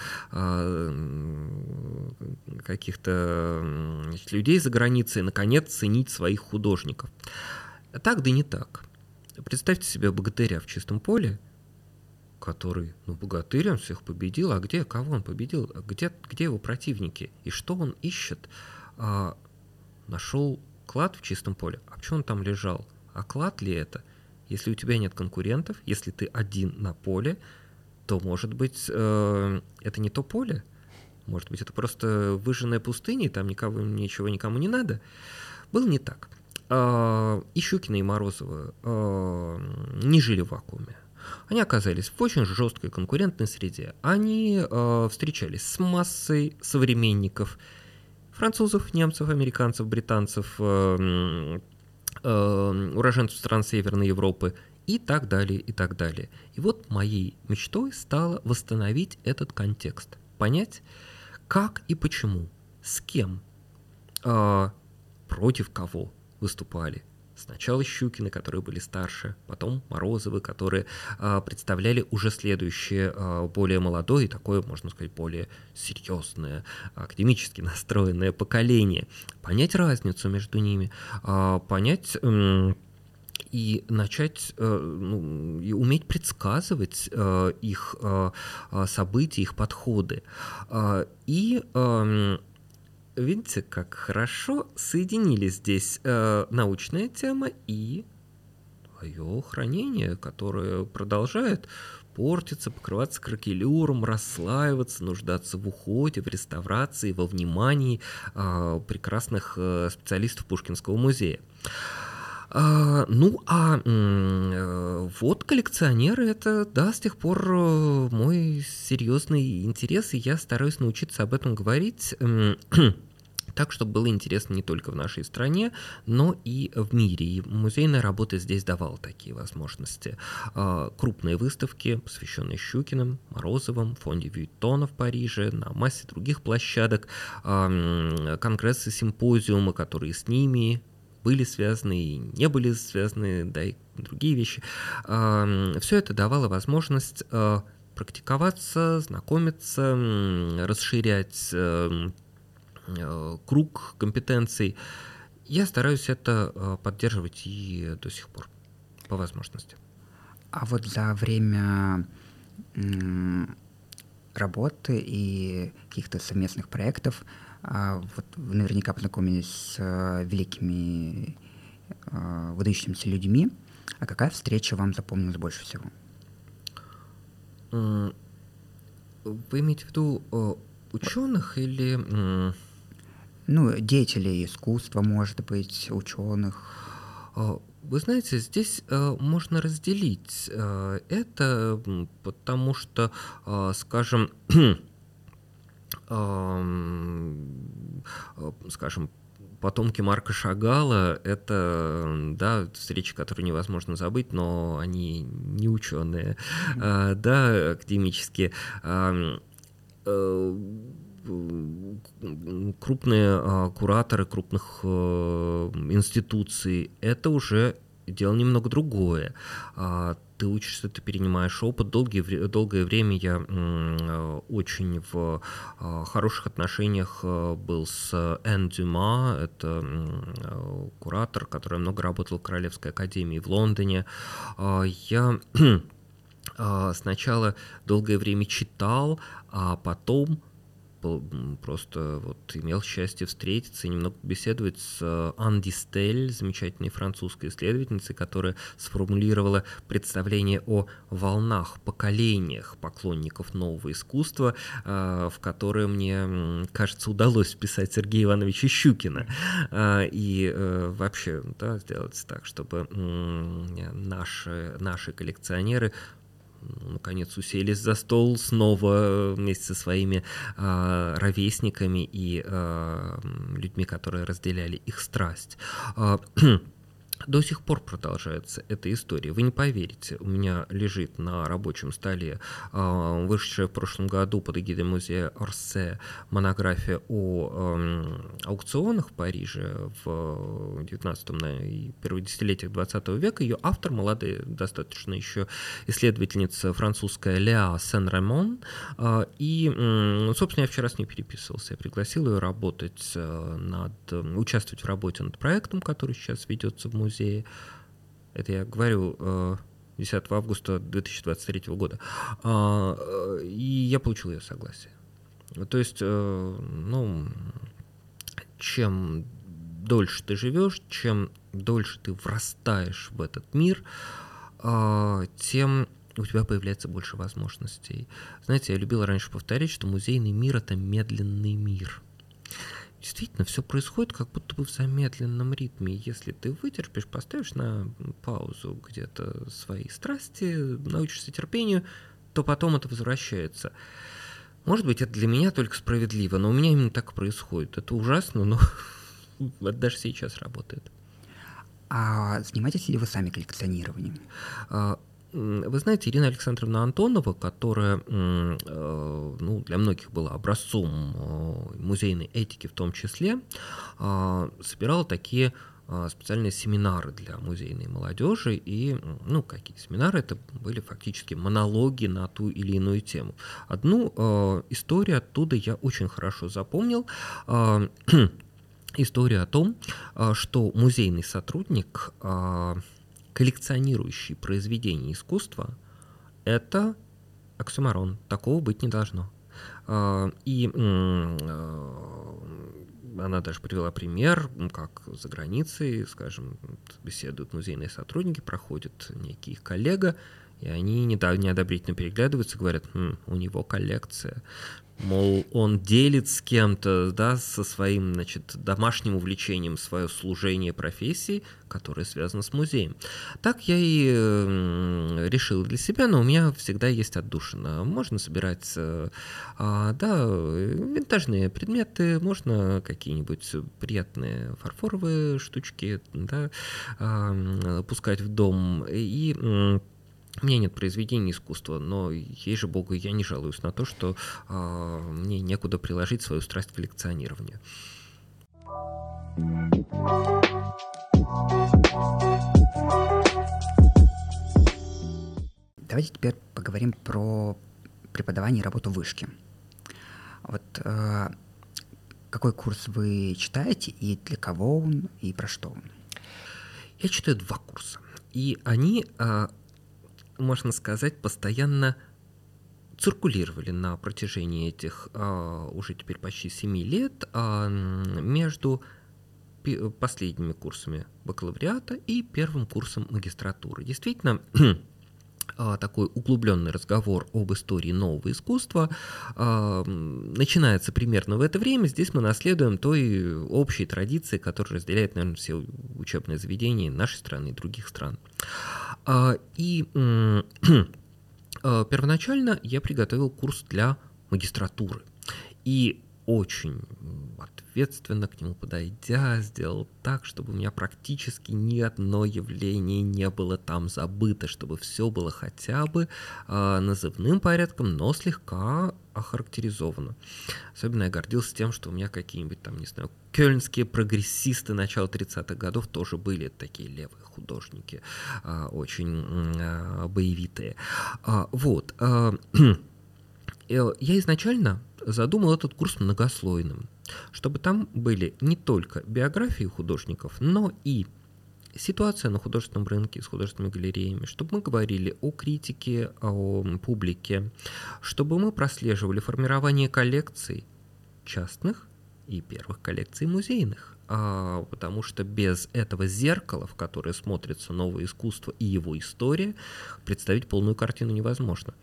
каких-то людей за границей наконец ценить своих художников. Так, да не так. Представьте себе богатыря в чистом поле, который, богатырь, он всех победил, а кого он победил, где его противники, и что он ищет? Нашел клад в чистом поле, а почему он там лежал? А клад ли это? Если у тебя нет конкурентов, если ты один на поле, то, может быть, это не то поле, может быть, это просто выжженная пустыня, и там ничего никому не надо. Было не так. И Щукины, и Морозовы не жили в вакууме. Они оказались в очень жесткой конкурентной среде. Они встречались с массой современников, французов, немцев, американцев, британцев, уроженцев стран Северной Европы и так далее, и так далее. И вот моей мечтой стало восстановить этот контекст, понять, как и почему, с кем, против кого выступали. Сначала Щукины, которые были старше, потом Морозовы, которые представляли уже следующее, более молодое, такое, можно сказать, более серьезное, академически настроенное поколение. Понять разницу между ними, понять и начать и уметь предсказывать их события, их подходы. И видите, как хорошо соединились здесь научная тема и твое хранение, которое продолжает портиться, покрываться кракелюром, расслаиваться, нуждаться в уходе, в реставрации, во внимании прекрасных специалистов Пушкинского музея. Вот коллекционеры — это, да, с тех пор мой серьезный интерес, и я стараюсь научиться об этом говорить так, чтобы было интересно не только в нашей стране, но и в мире. И музейная работа здесь давала такие возможности. Крупные выставки, посвященные Щукиным, Морозовым, в фонде Вьюитона в Париже, на массе других площадок, конгрессы, симпозиумы, которые с ними были связаны и не были связаны, да и другие вещи. Все это давало возможность практиковаться, знакомиться, расширять круг компетенций. Я стараюсь это поддерживать и до сих пор, по возможности. А вот за время работы и каких-то совместных проектов вот вы наверняка познакомились с великими, выдающимися людьми. А какая встреча вам запомнилась больше всего? Вы имеете в виду ученых или... деятелей искусства, может быть, ученых. Вы знаете, здесь можно разделить это, потому что, скажем, потомки Марка Шагала — это, да, встречи, которые невозможно забыть, но они не ученые, да, академические. Крупные кураторы крупных институций — это уже дело немного другое. Ты учишься, ты перенимаешь опыт. Долгое время я очень в хороших отношениях был с Энн Дюма. Это куратор, который много работал в Королевской академии в Лондоне. Я сначала долгое время читал, а потом просто вот имел счастье встретиться и немного беседовать с Ан Дистель, замечательной французской исследовательницей, которая сформулировала представление о волнах, поколениях поклонников нового искусства, в которое, мне кажется, удалось вписать Сергея Ивановича Щукина. И вообще, да, сделать так, чтобы наши коллекционеры наконец уселись за стол снова вместе со своими ровесниками и людьми, которые разделяли их страсть. До сих пор продолжается эта история. Вы не поверите, у меня лежит на рабочем столе вышедшая в прошлом году под эгидой музея Орсе монография о аукционах в Париже в 19 и первых десятилетиях 20 века. Ее автор, молодая достаточно еще исследовательница французская Леа Сен-Ремон. И, собственно, я вчера с ней переписывался. Я пригласил ее участвовать в работе над проектом, который сейчас ведется в музее. Это я говорю 10 августа 2023 года. И я получил ее согласие. То есть, чем дольше ты живешь, чем дольше ты врастаешь в этот мир, тем у тебя появляется больше возможностей. Знаете, я любил раньше повторять, что музейный мир — это медленный мир. Действительно, все происходит как будто бы в замедленном ритме. Если ты вытерпишь, поставишь на паузу где-то свои страсти, научишься терпению, то потом это возвращается. Может быть, это для меня только справедливо, но у меня именно так и происходит. Это ужасно, но это даже сейчас работает. А занимаетесь ли вы сами коллекционированием? Вы знаете, Ирина Александровна Антонова, которая для многих была образцом музейной этики в том числе, собирала такие специальные семинары для музейной молодежи. И, какие семинары? Это были фактически монологи на ту или иную тему. Одну историю оттуда я очень хорошо запомнил. История о том, что музейный сотрудник, коллекционирующий произведения искусства, это оксюморон. Такого быть не должно. И она даже привела пример, как за границей, скажем, беседуют музейные сотрудники, проходит некий их коллега, и они неодобрительно переглядываются, говорят: у него коллекция. Мол, он делит с кем-то, да, со своим, домашним увлечением свое служение профессии, которое связано с музеем. Так я и решил для себя, но у меня всегда есть отдушина. Можно собирать, винтажные предметы, можно какие-нибудь приятные фарфоровые штучки, да, пускать в дом. И у меня нет произведений искусства, но, ей же богу, я не жалуюсь на то, что мне некуда приложить свою страсть к коллекционированию. Давайте теперь поговорим про преподавание и работу в вышке. Вот какой курс вы читаете, и для кого он, и про что он? Я читаю 2 курса, и они, можно сказать, постоянно циркулировали на протяжении этих уже теперь почти 7 лет между последними курсами бакалавриата и первым курсом магистратуры. Действительно, такой углубленный разговор об истории нового искусства начинается примерно в это время. Здесь мы наследуем той общей традиции, которая разделяет, наверное, все учебные заведения нашей страны и других стран. И первоначально я приготовил курс для магистратуры. И очень ответственно к нему подойдя, сделал так, чтобы у меня практически ни одно явление не было там забыто, чтобы все было хотя бы назывным порядком, но слегка охарактеризовано. Особенно я гордился тем, что у меня какие-нибудь там, не знаю, кёльнские прогрессисты начала 30-х годов тоже были такие левые художники, очень боевитые. Я изначально задумал этот курс многослойным, чтобы там были не только биографии художников, но и ситуация на художественном рынке с художественными галереями, чтобы мы говорили о критике, о публике, чтобы мы прослеживали формирование коллекций, частных и первых коллекций музейных. Потому что без этого зеркала, в которое смотрится новое искусство и его история, представить полную картину невозможно.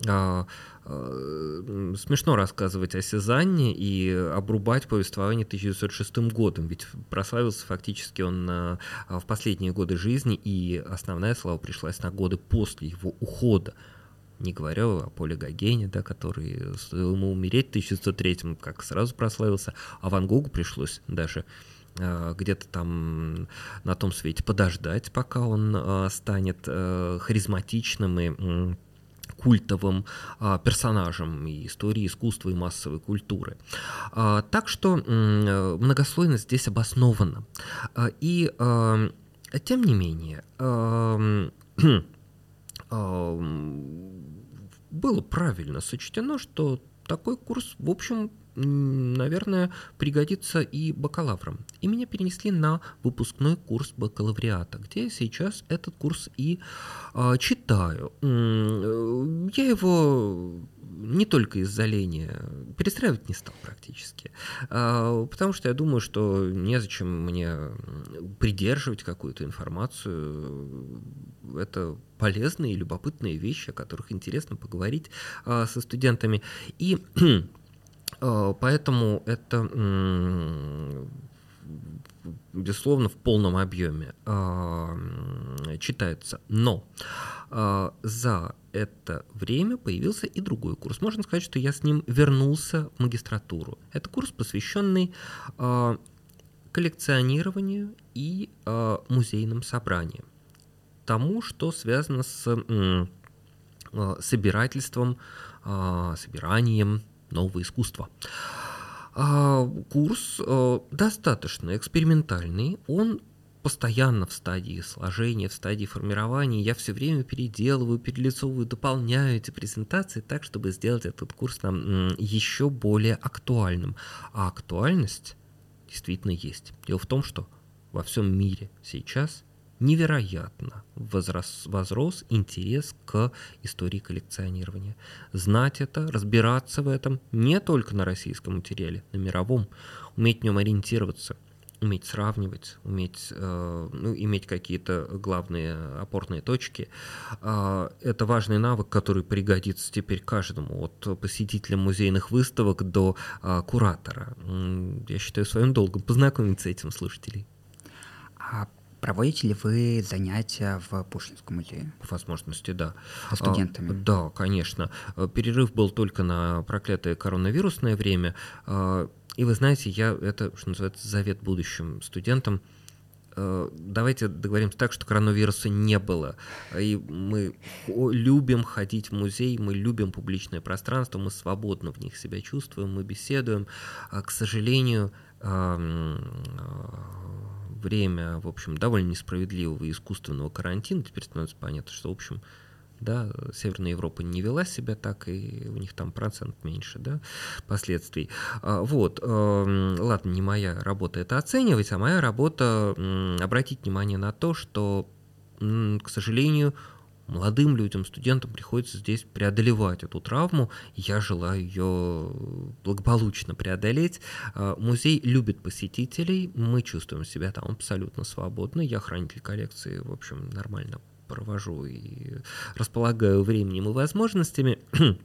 Смешно рассказывать о Сезанне и обрубать повествование 1906 годом, ведь прославился фактически он в последние годы жизни, и основная слава пришлась на годы после его ухода. Не говоря о Поле Гогене, да, который стоило ему умереть в 1903-м, как сразу прославился, а Ван Гогу пришлось даже где-то там на том свете подождать, пока он станет харизматичным и культовым персонажем и истории искусства, и массовой культуры. Так что многослойность здесь обоснована. И тем не менее, было правильно сочтено, что такой курс, в общем, наверное, пригодится и бакалаврам. И меня перенесли на выпускной курс бакалавриата, где я сейчас этот курс и читаю. Я его не только из-за лени перестраивать не стал практически, потому что я думаю, что незачем мне придерживать какую-то информацию. Это полезные и любопытные вещи, о которых интересно поговорить со студентами. И поэтому это, безусловно, в полном объеме читается. Но за это время появился и другой курс. Можно сказать, что я с ним вернулся в магистратуру. Это курс, посвященный коллекционированию и музейным собраниям. Тому, что связано с собирательством, собиранием нового искусства. Курс достаточно экспериментальный, он постоянно в стадии сложения, в стадии формирования. Я все время переделываю, перелицовываю, дополняю эти презентации так, чтобы сделать этот курс нам еще более актуальным. А актуальность действительно есть. Дело в том, что во всем мире сейчас невероятно возрос интерес к истории коллекционирования. Знать это, разбираться в этом не только на российском материале, на мировом, уметь в нем ориентироваться, уметь сравнивать, уметь иметь какие-то главные опорные точки. Это важный навык, который пригодится теперь каждому, от посетителя музейных выставок до куратора. Я считаю своим долгом познакомить с этим слушателей. Проводите ли вы занятия в Пушкинском музее? По возможности, да. Со студентами? Да, конечно. Перерыв был только на проклятое коронавирусное время. И вы знаете, это, что называется, завет будущим студентам. Давайте договоримся так, что коронавируса не было. И мы любим ходить в музей, мы любим публичное пространство, мы свободно в них себя чувствуем, мы беседуем. К сожалению, время, в общем, довольно несправедливого и искусственного карантина. Теперь становится понятно, что, в общем, да, Северная Европа не вела себя так, и у них там процент меньше, да, последствий. Ладно, не моя работа это оценивать, а моя работа обратить внимание на то, что, к сожалению, молодым людям, студентам приходится здесь преодолевать эту травму. Я желаю ее благополучно преодолеть. Музей любит посетителей, мы чувствуем себя там абсолютно свободно. Я хранитель коллекции, в общем, нормально провожу и располагаю временем и возможностями.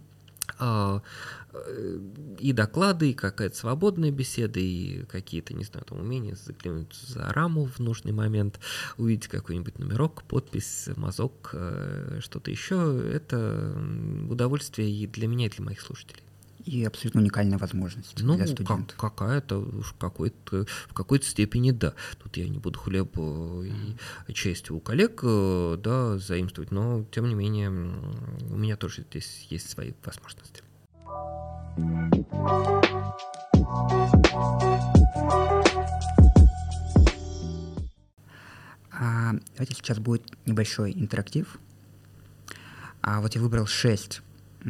И доклады, и какая-то свободная беседа, и какие-то, не знаю, там умения заглянуть за раму в нужный момент, увидеть какой-нибудь номерок, подпись, мазок, что-то еще. Это удовольствие и для меня, и для моих слушателей. И абсолютно уникальная возможность для студентов. В какой-то степени, да. Тут я не буду хлеб и честь у коллег, да, заимствовать, но, тем не менее, у меня тоже здесь есть свои возможности. Давайте сейчас будет небольшой интерактив. Вот я выбрал 6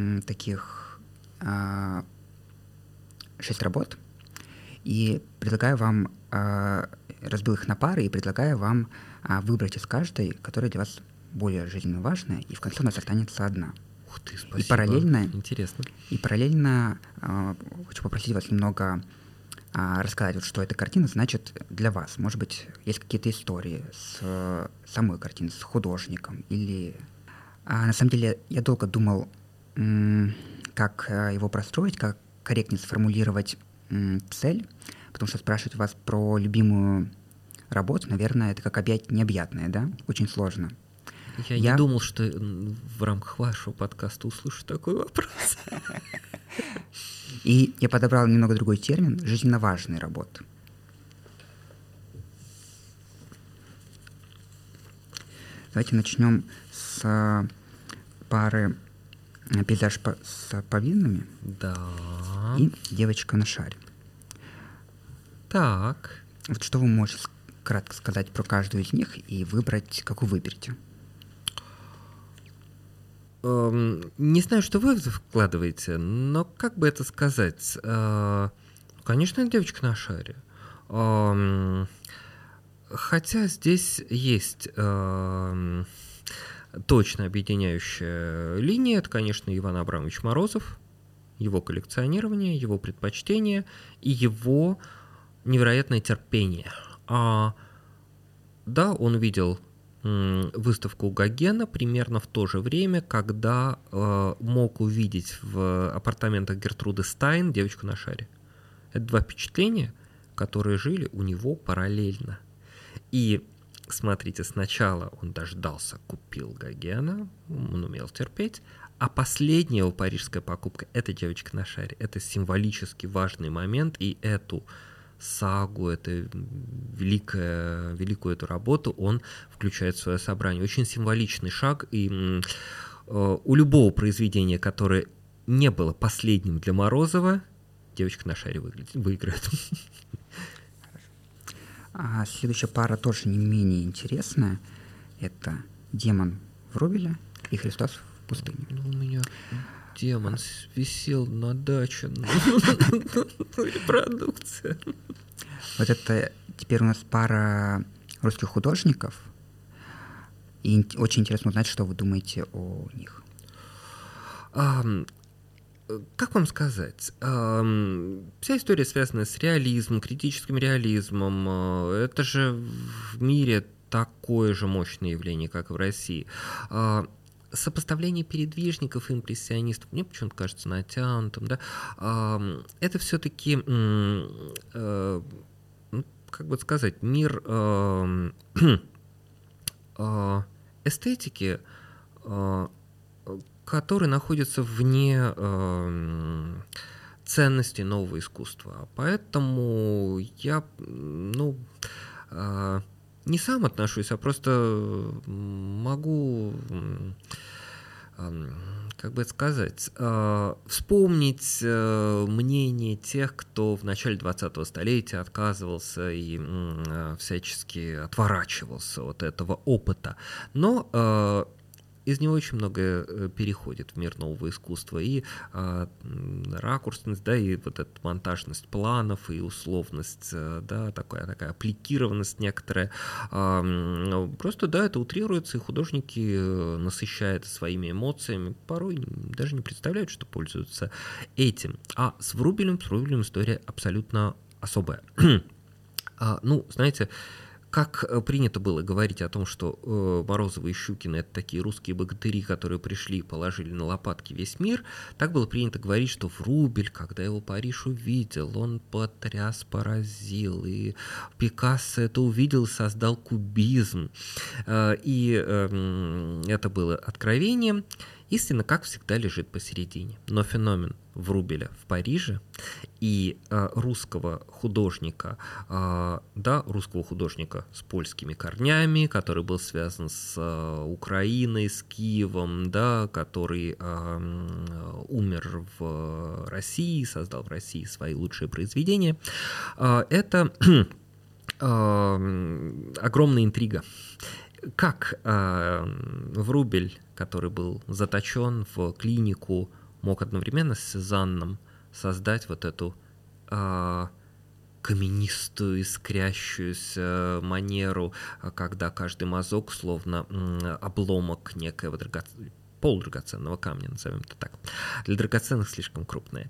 работ, и предлагаю вам, разбил их на пары, и предлагаю вам выбрать из каждой, которая для вас более жизненно важна, и в конце у нас останется одна. Ух ты, спасибо. Интересно. И параллельно хочу попросить вас немного рассказать, вот, что эта картина значит для вас. Может быть, есть какие-то истории с самой картиной, с художником или... на самом деле, я долго думал, как его простроить, как корректнее сформулировать цель, потому что спрашивать вас про любимую работу, наверное, это как объять необъятное, да? Очень сложно. Я не думал, что в рамках вашего подкаста услышу такой вопрос. И я подобрал немного другой термин – жизненно важные работы. Давайте начнем с пары «Пейзаж с павлинами» и «Девочка на шаре». Так. Вот что вы можете кратко сказать про каждую из них и выбрать, какую выберете? Не знаю, что вы вкладываете, но как бы это сказать? Конечно, «Девочка на шаре». Хотя здесь есть точно объединяющая линия. Это, конечно, Иван Абрамович Морозов, его коллекционирование, его предпочтение и его невероятное терпение. Да, он видел выставку Гогена примерно в то же время, когда мог увидеть в апартаментах Гертруды Стайн «Девочку на шаре». Это два впечатления, которые жили у него параллельно. И смотрите, сначала он дождался, купил Гогена, он умел терпеть, а последняя его парижская покупка – это «Девочка на шаре». Это символически важный момент, и эту сагу, эту великую эту работу он включает в свое собрание. Очень символичный шаг, и у любого произведения, которое не было последним для Морозова, «Девочка на шаре» выиграет. Следующая пара тоже не менее интересная. Это «Демон Врубеля» и «Христос в пустыне». У меня демон висел на даче, репродукция. Вот это теперь у нас пара русских художников. И очень интересно узнать, что вы думаете о них. Как вам сказать? Вся история связана с реализмом, критическим реализмом. Это же в мире такое же мощное явление, как и в России. Сопоставление передвижников и импрессионистов мне почему-то кажется натянутым. Да? Это все-таки, как бы сказать, мир эстетики, который находится вне ценности нового искусства. Поэтому я не сам отношусь, а просто могу, как бы это сказать, вспомнить мнение тех, кто в начале 20-го столетия отказывался и всячески отворачивался от этого опыта. Но из него очень многое переходит в мир нового искусства. И ракурсность, да, и вот эта монтажность планов, и условность, да, такая аппликированность некоторая. Просто, да, это утрируется, и художники насыщают своими эмоциями, порой даже не представляют, что пользуются этим. А с Врубелем история абсолютно особая. Знаете, как принято было говорить о том, что Морозовы и Щукины — это такие русские богатыри, которые пришли и положили на лопатки весь мир, так было принято говорить, что Врубель, когда его Париж увидел, он потряс, поразил, и Пикассо это увидел и создал кубизм. И это было откровением. Истина, как всегда, лежит посередине. Но феномен Врубеля в Париже и русского художника с польскими корнями, который был связан с Украиной, с Киевом, да, который умер в России, создал в России свои лучшие произведения, это огромная интрига. Как Врубель, который был заточен в клинику, мог одновременно с Сезанном создать вот эту каменистую, искрящуюся манеру, когда каждый мазок словно обломок некоего полудрагоценного камня, назовем это так. Для драгоценных слишком крупные.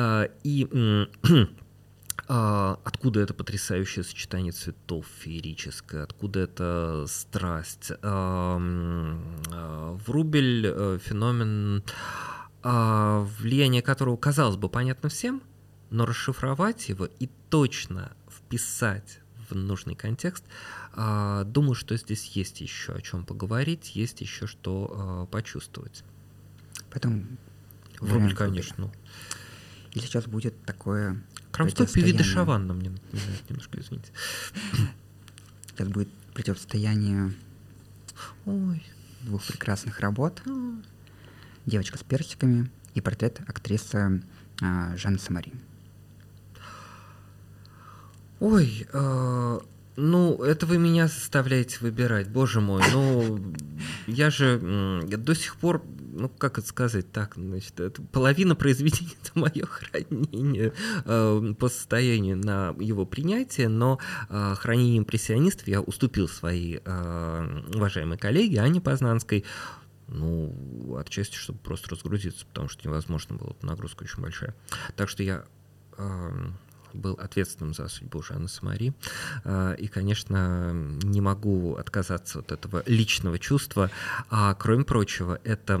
Откуда это потрясающее сочетание цветов феерическое, откуда эта страсть. Врубель феномен, влияние которого, казалось бы, понятно всем, но расшифровать его и точно вписать в нужный контекст, думаю, что здесь есть еще о чем поговорить, есть еще что почувствовать. Поэтому Врубель, конечно. И сейчас будет такое... Крамской Певиды Шаванна мне напоминает немножко, извините. Сейчас будет противостояние двух прекрасных работ. «Девочка с персиками» и портрет актрисы Жанны Самари. Это вы меня заставляете выбирать, боже мой. Я же до сих пор, как это сказать так, значит, это половина произведения — это мое хранение по состоянию на его принятие, но хранение импрессионистов я уступил своей уважаемой коллеге Анне Познанской, отчасти, чтобы просто разгрузиться, потому что невозможно было, нагрузка очень большая. Так что я был ответственным за судьбу Жанны Самари. И, конечно, не могу отказаться от этого личного чувства. Кроме прочего, это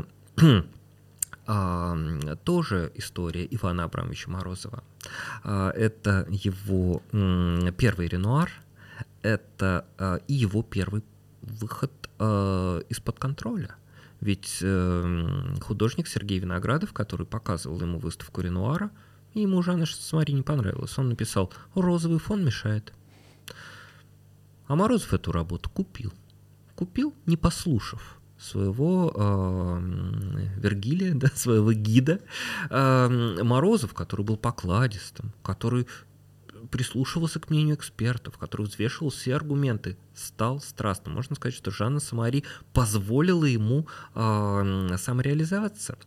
тоже история Ивана Абрамовича Морозова. Это его первый Ренуар, это и его первый выход из-под контроля. Ведь художник Сергей Виноградов, который показывал ему выставку Ренуара, ему Жанна Самари не понравилось. Он написал: «Розовый фон мешает». А Морозов эту работу купил. Купил, не послушав своего Вергилия, своего гида. Морозов, который был покладистым, который прислушивался к мнению экспертов, который взвешивал все аргументы, стал страстным. Можно сказать, что Жанна Самари позволила ему самореализоваться.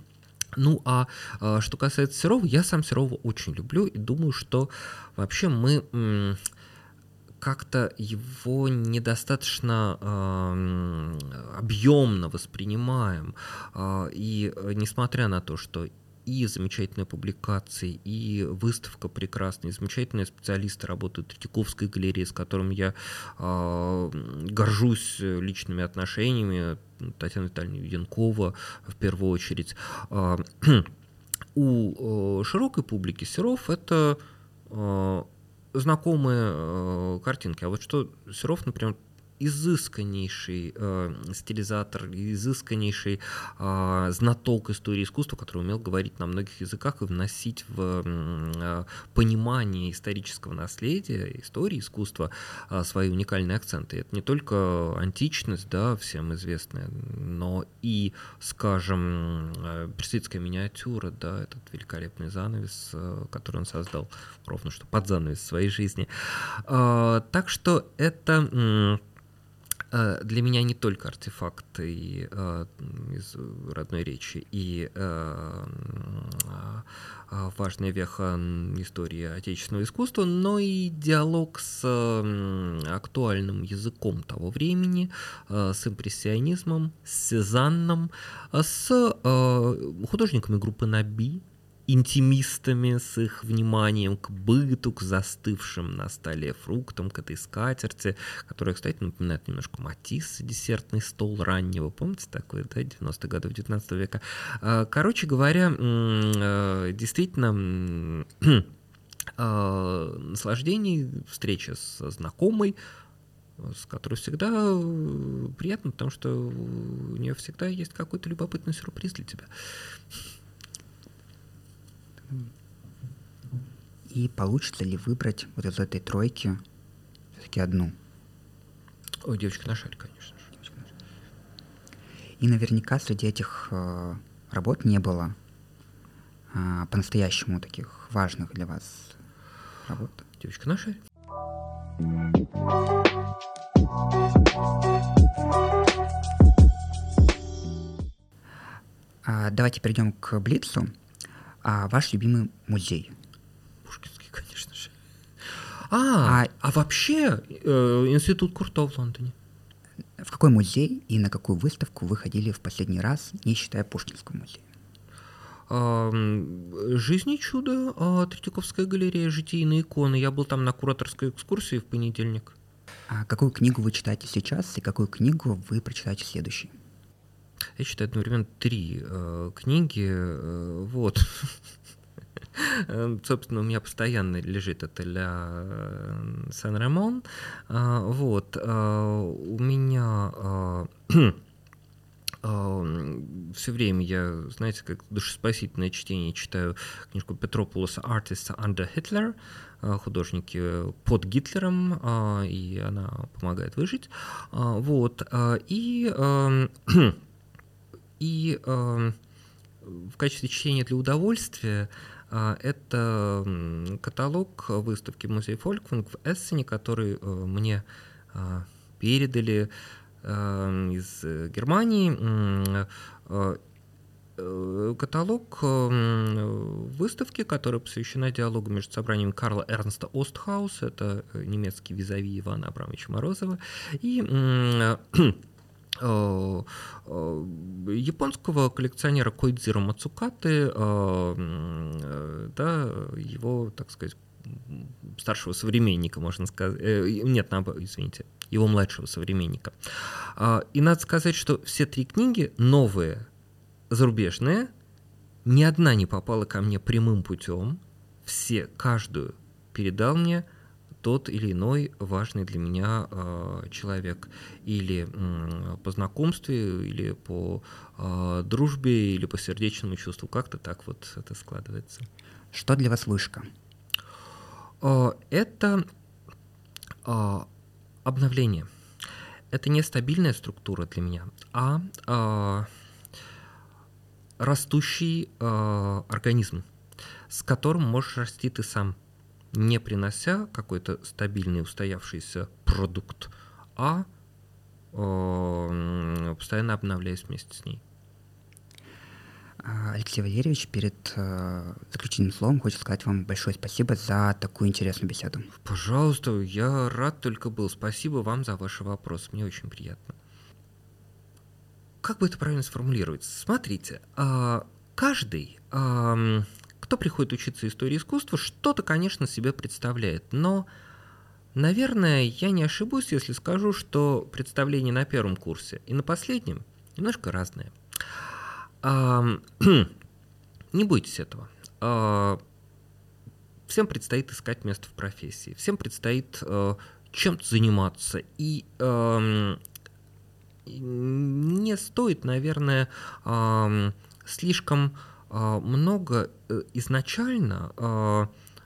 Что касается Серова, я сам Серова очень люблю и думаю, что вообще мы как-то его недостаточно объемно воспринимаем. И несмотря на то, что и замечательные публикации, и выставка прекрасная, и замечательные специалисты работают в Третьяковской галерее, с которым я горжусь личными отношениями, Татьяна Витальевна Юденкова в первую очередь. У широкой публики Серов — это знакомые картинки. А вот что Серов, например, изысканнейший стилизатор, изысканнейший знаток истории искусства, который умел говорить на многих языках и вносить в понимание исторического наследия, истории искусства свои уникальные акценты. Это не только античность, всем известная, но и, скажем, персидская миниатюра, этот великолепный занавес, который он создал ровно что под занавес своей жизни. Так что это для меня не только артефакты из родной речи и важная веха истории отечественного искусства, но и диалог с актуальным языком того времени, с импрессионизмом, с Сезанном, с художниками группы Наби, интимистами, с их вниманием к быту, к застывшим на столе фруктам, к этой скатерти, которая, кстати, напоминает немножко Матисс, десертный стол раннего, помните такой, 90-х годов 19 века. Короче говоря, действительно, наслаждение, встреча со знакомой, с которой всегда приятно, потому что у нее всегда есть какой-то любопытный сюрприз для тебя. И получится ли выбрать вот из этой тройки все-таки одну? «Девочка на шаре», конечно же. И наверняка среди этих работ не было по-настоящему таких важных для вас работ. «Девочка на шаре». Давайте перейдем к Блицу. Ваш любимый музей? Пушкинский, конечно же. А вообще Институт Курто в Лондоне. В какой музей и на какую выставку вы ходили в последний раз, не считая Пушкинского музея? «Жизнь и чудо», Третьяковская галерея, «Житийные иконы». Я был там на кураторской экскурсии в понедельник. А какую книгу вы читаете сейчас и какую книгу вы прочитаете следующей? Я читаю одновременно 3 книги. Вот. Собственно, у меня постоянно лежит это «Ля Сен-Ремон». Вот. У меня все время я, знаете, как душеспасительное чтение читаю книжку Петропулоса «Artists under Hitler», художники под Гитлером, и она помогает выжить. Вот. И в качестве чтения для удовольствия это каталог выставки музея Фолькванг в Эссене, который мне передали из Германии. Каталог выставки, которая посвящена диалогу между собранием Карла Эрнста Остхауса, это немецкий визави Ивана Абрамовича Морозова, и японского коллекционера Коидзиро Мацукаты, да, его, так сказать, старшего современника, можно сказать, нет, извините, его младшего современника. И надо сказать, что все 3 книги новые, зарубежные, ни одна не попала ко мне прямым путем, каждую передал мне тот или иной важный для меня человек. Или по знакомству, или по дружбе, или по сердечному чувству. Как-то так вот это складывается. Что для вас вышка? Это обновление. Это не стабильная структура для меня, а растущий организм, с которым можешь расти ты сам, не принося какой-то стабильный устоявшийся продукт, а постоянно обновляясь вместе с ней. Алексей Валерьевич, перед заключительным словом хочу сказать вам большое спасибо за такую интересную беседу. Пожалуйста, я рад только был. Спасибо вам за ваши вопросы, мне очень приятно. Как бы это правильно сформулировать? Смотрите, каждый, кто приходит учиться истории искусства, что-то, конечно, себе представляет, но, наверное, я не ошибусь, если скажу, что представление на первом курсе и на последнем немножко разное. Не бойтесь этого. Всем предстоит искать место в профессии, всем предстоит чем-то заниматься, и не стоит, наверное, слишком много изначально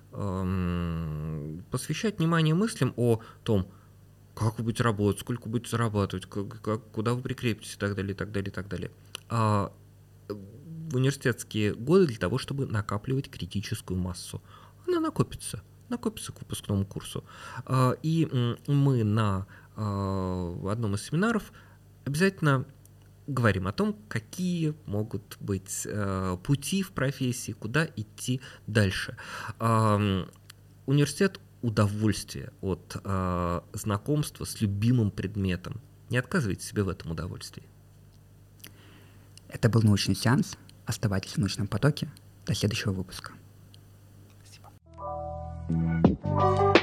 посвящать внимание мыслям о том, как вы будете работать, сколько будете зарабатывать, куда вы прикрепитесь и так далее, и так далее, и так далее. В университетские годы для того, чтобы накапливать критическую массу. Она накопится к выпускному курсу. И мы на одном из семинаров обязательно говорим о том, какие могут быть пути в профессии, куда идти дальше. Университет – удовольствие от знакомства с любимым предметом. Не отказывайте себе в этом удовольствии. Это был научный сеанс. Оставайтесь в научном потоке. До следующего выпуска. Спасибо.